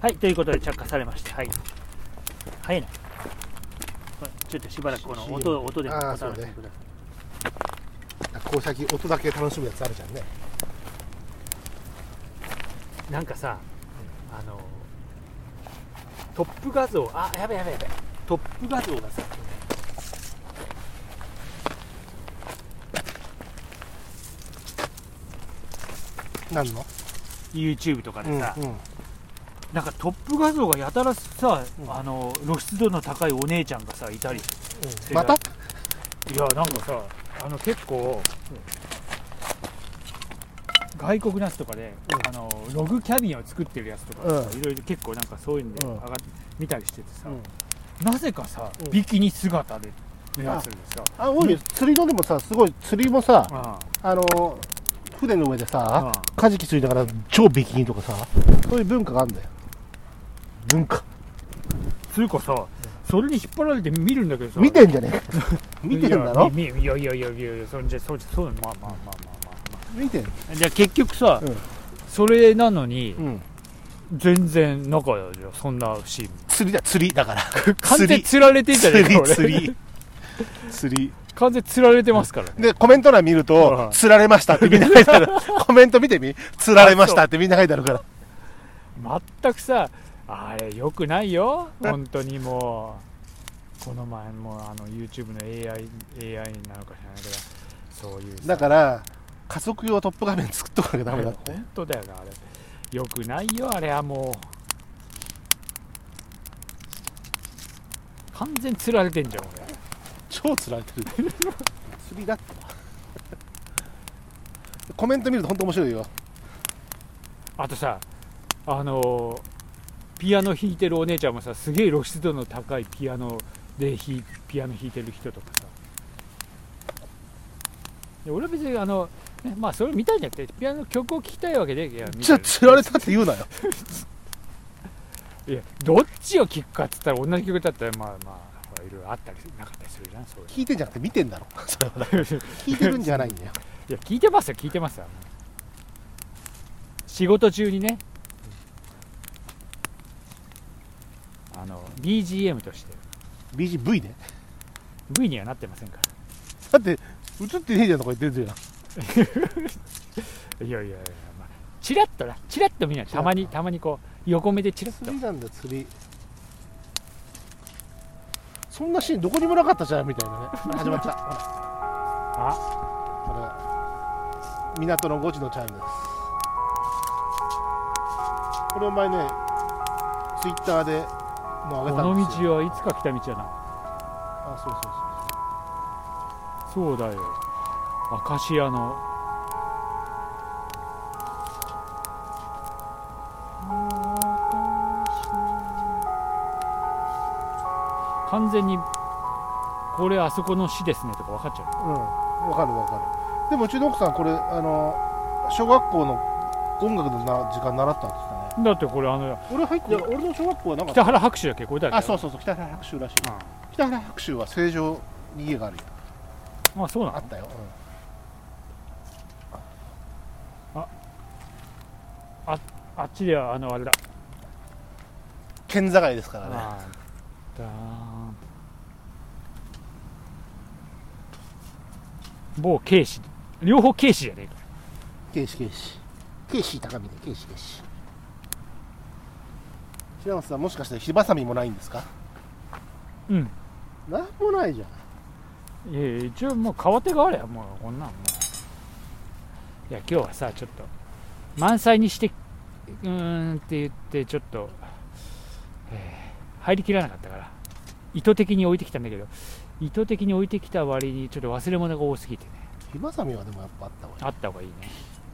はい、ということで着火されました。はい。早いな。ちょっとしばらくこの音でお楽しみください。 こう先音だけ楽しむやつあるじゃんね。 なんかさ、トップ画像、やべ。トップ画像がさ、 何の YouTube とかでさ、なんかトップ画像がやたらさ、露出度の高いお姉ちゃんがさいたり、 また？ いやなんかさ、結構、外国のやつとかで、ログキャビンを作ってるやつとか、いろいろ結構なんかそういうので見たりしててさ、なぜかさ、ビキニ姿でのやつでさ、 多いよ。釣りのでもさ、すごい釣りもさ、船の上でさ、カジキ釣りながら超ビキニとかさ、そういう文化があるんだよ。文化つうかさ、それに引っ張られて見るんだけどさ、 見てんじゃねえ見てんだろ。 いやそうまあ見てん。 じゃあ結局さ、それなのに、全然仲良いじゃん、そんなシーン。 釣りだから完全釣られてんじゃねえか。 釣り完全釣られてますからね。 でコメント欄見ると釣られましたってみんな書いてあるコメント見てみ、釣られましたってみんな書いてあるから。 全くさ、あれ良くないよ本当に。もうこの前もYouTube の AI なのか知らないけど、そういうだから加速用トップ画面作っとかなきゃダメだって。 本当だよな、あれ良くないよ、あれはもう完全釣られてんじゃん。俺超釣られてる釣りだってコメント見ると本当面白いよ。 あとさ、ピアノ弾いてるお姉ちゃんもさ、すげえ露出度の高いピアノ弾いてる人とかさ、俺は別にまあそれ見たいんじゃなくて、ピアノ曲を聴きたいわけで、 じゃあ釣られたって言うなよいやどっちを聴くかっつったら、同じ曲だったらまあいろいろあったりなかったりするじゃん。そういう聞いてんじゃなくて見てんだろそれは聞いてるんじゃないんだよいや聞いてますよ仕事中にね、BGM として BGV で V にはなってませんかだって映ってねえじゃんとか言ってるじゃん。 いや、まあ、チラッと見ない。たまにこう横目でチラッと。 釣りなんだよ、釣り。そんなシーンどこにもなかったじゃんみたいなね。始まった。これは港の5時のチャイムです。これお前ね、ツイッターでもう上げたんですよ。 この道はいつか来た道やな。そうだよ、アカシアの完全にこれあそこの市ですねとか分かっちゃう。 分かる。でもうちの奥さんこれ小学校の音楽の時間習ったんですかね。 だってこれ俺入って俺の小学校はなんか北原白秋だっけ、これだっけ。 そう北原白秋らしい。北原白秋は成城に家があるよ。 そうなの。 あったよ。 あっちではあれだ、 県境ですからね。 某警視、両方警視じゃねえか。 警視高見で警視。平松さん、もしかして火ばさみもないんですか。なんもないじゃん。 いや一応もう川手があればもうこんなんもう。いや今日はさ、ちょっと満載にしてって言ってちょっと、入りきらなかったから意図的に置いてきたんだけど、意図的に置いてきた割にちょっと忘れ物が多すぎてね。 火ばさみはでもやっぱあった方がいい。 ね。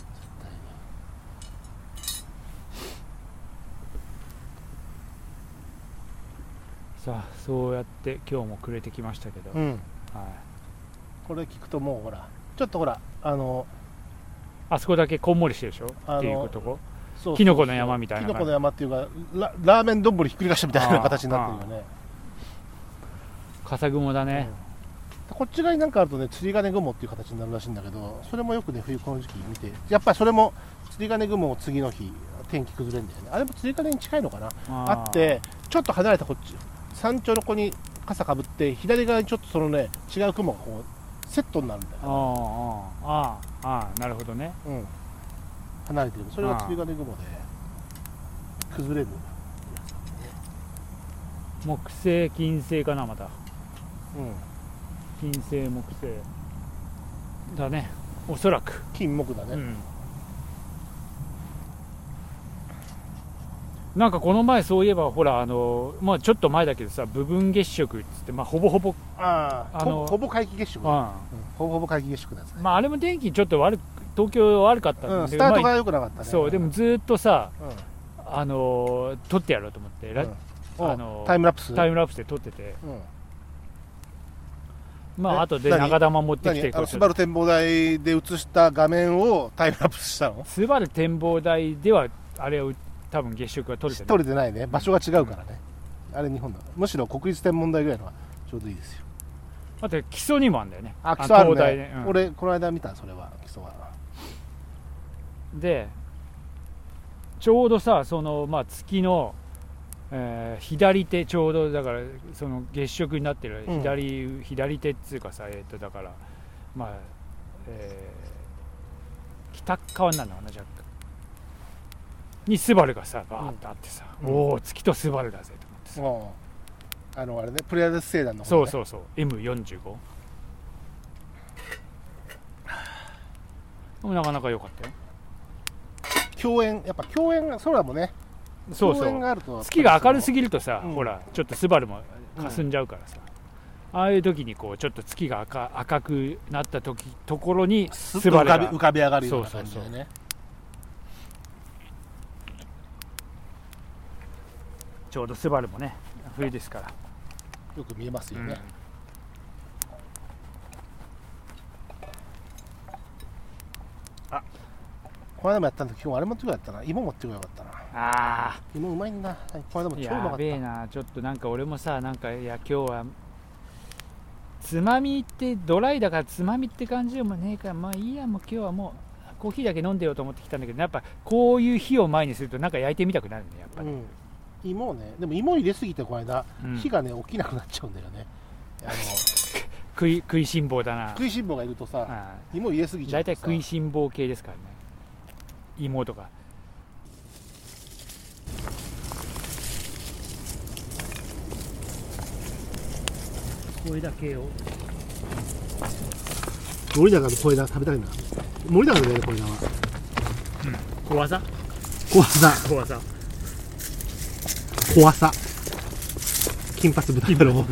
さあそうやって今日も暮れてきましたけど、 これ聞くともうほらちょっとほらあそこだけこんもりしてるでしょっていうことこ。キノコの山みたいな。 キノコの山っていうかラーメン丼ひっくり返したみたいな形になってるよね。 笠雲だね。 こっち側になんかあるとね、釣り鐘雲っていう形になるらしいんだけど、それもよくね冬この時期見て、やっぱりそれも釣り鐘雲を次の日天気崩れるんだよね。あれも追加に近いのかな。あってちょっと離れたこっち山頂の子に傘かぶって左側にちょっとそのね違う雲がこうセットになるんだよ、 なるほどね、 うん、離れてる。それが釣り鐘雲で崩れる。 木星金星かな、また、 うん、 金星木星だね、おそらく金木だね、 なんかこの前そういえばほらまあちょっと前だけどさ、部分月食っつって、まあほぼほぼほぼ皆既月食、ほぼほぼ皆既月食なんですね。 まああれも天気ちょっと東京悪かったんで、 スタートが良くなかったね。 そうでもずっとさ、撮ってやろうと思って、 タイムラプスで撮ってて、まあ後で長玉持ってきて、 スバル展望台で映した画面をタイムラプスしたの？ スバル展望台ではあれを多分月食が撮れてないね。場所が違うからね、あれ日本だ。むしろ国立天文台ぐらいのがちょうどいいですよ。 あと基礎にもあるんだよね。 基礎あるね、俺この間見た。それは基礎はでちょうどさ、そのまあ月の左手、ちょうどだからその月食になってる左手っつうかさ、だからまあ、北側になるのかな、若干にスバルがさバーッとあってさ、おお月とスバルだぜと思ってさ、 あれね、プレアデス星団の方ね、そう M45 なかなか良かったよ。 やっぱ共演空もね、 そうがあると月が明るすぎるとさ、ほらちょっとスバルも霞んじゃうからさ、ああいう時にこうちょっと月が赤くなったところにスバルが浮かび上がるような感じでね。 ちょうどスバルもね冬ですからよく見えますよね、この間もやったんだけど、今日あれ持ってくればよかったな。芋持ってくればよかったな。芋うまいんだ。この間も超うまかった。 やべえな。ちょっとなんか俺もさ、なんかいや今日はつまみってドライだからつまみって感じでもねえから、まあいいや、もう今日はもうコーヒーだけ飲んでようと思ってきたんだけど、やっぱこういう火を前にするとなんか焼いてみたくなるね、やっぱり、 芋ね。でも芋入れすぎてこの間、火がね起きなくなっちゃうんだよね。 食いしん坊だな。 食いしん坊がいるとさ、芋入れすぎちゃうとさ。 大体食いしん坊系ですからね、芋とか。小枝系を森永の小枝食べたいな。森永のね、小枝は小技金髪豚野郎。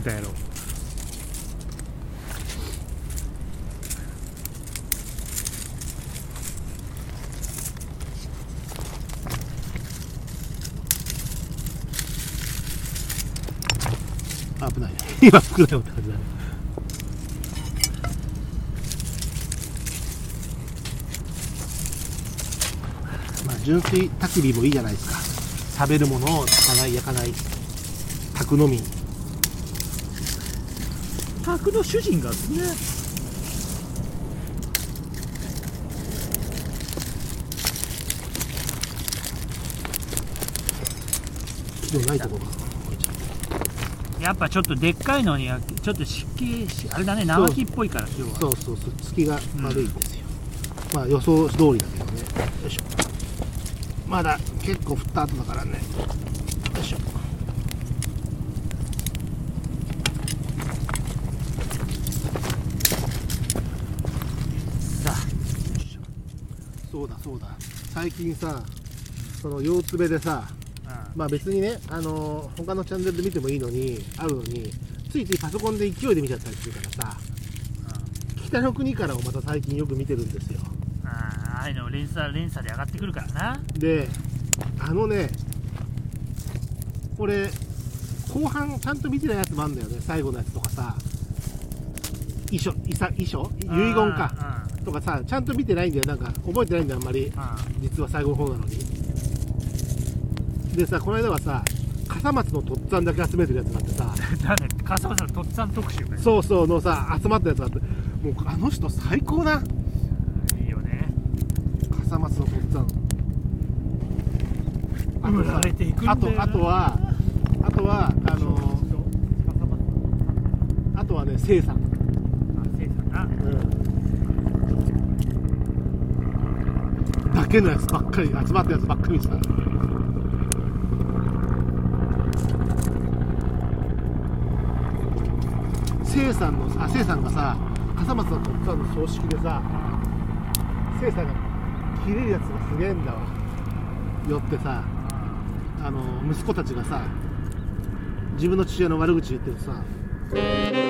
危ないね。今服だよって感じだね。まあ純粋焚き火もいいじゃないですか。食べるものを炊かない焼かない炊くのみ。 炊くの主人がですね。 でもないところがやっぱちょっとでっかいのにはちょっと湿気あれだね、生木っぽいから今日は。 そう月が悪いんですよ、まあ予想通りだけどね。よいしょ。まだ結構降った後だからね。よいしょ。さあ、そうだ最近さ、その腰つべでさ、まあ別にね、他のチャンネルで見てもいいのにあるのに、ついついパソコンで勢いで見ちゃったりするからさ、北の国からをまた最近よく見てるんですよ。 ああいうの連鎖で上がってくるからな。 で、これ後半ちゃんと見てないやつもあるんだよね。最後のやつとかさ、遺書遺言かとかさ、ちゃんと見てないんだよ。なんか覚えてないんだよ、あんまり。実は最後の方なのに。でさ、この間はさ、笠松のとっつぁんだけ集めてるやつがあってさ笠松のとっつぁん特集ね。 そうのさ、集まったやつがあって、もうあの人最高な。 いいよね、 笠松のとっつぁん。 あとさ、あとはね、生さん。 生さんな。 だけのやつばっかり、集まったやつばっかりさ。生さんがさ、笠松さんとの葬式でさ、生さんが切れるやつがすげえんだわ。よってさ、息子たちがさ、自分の父親の悪口言ってるさ。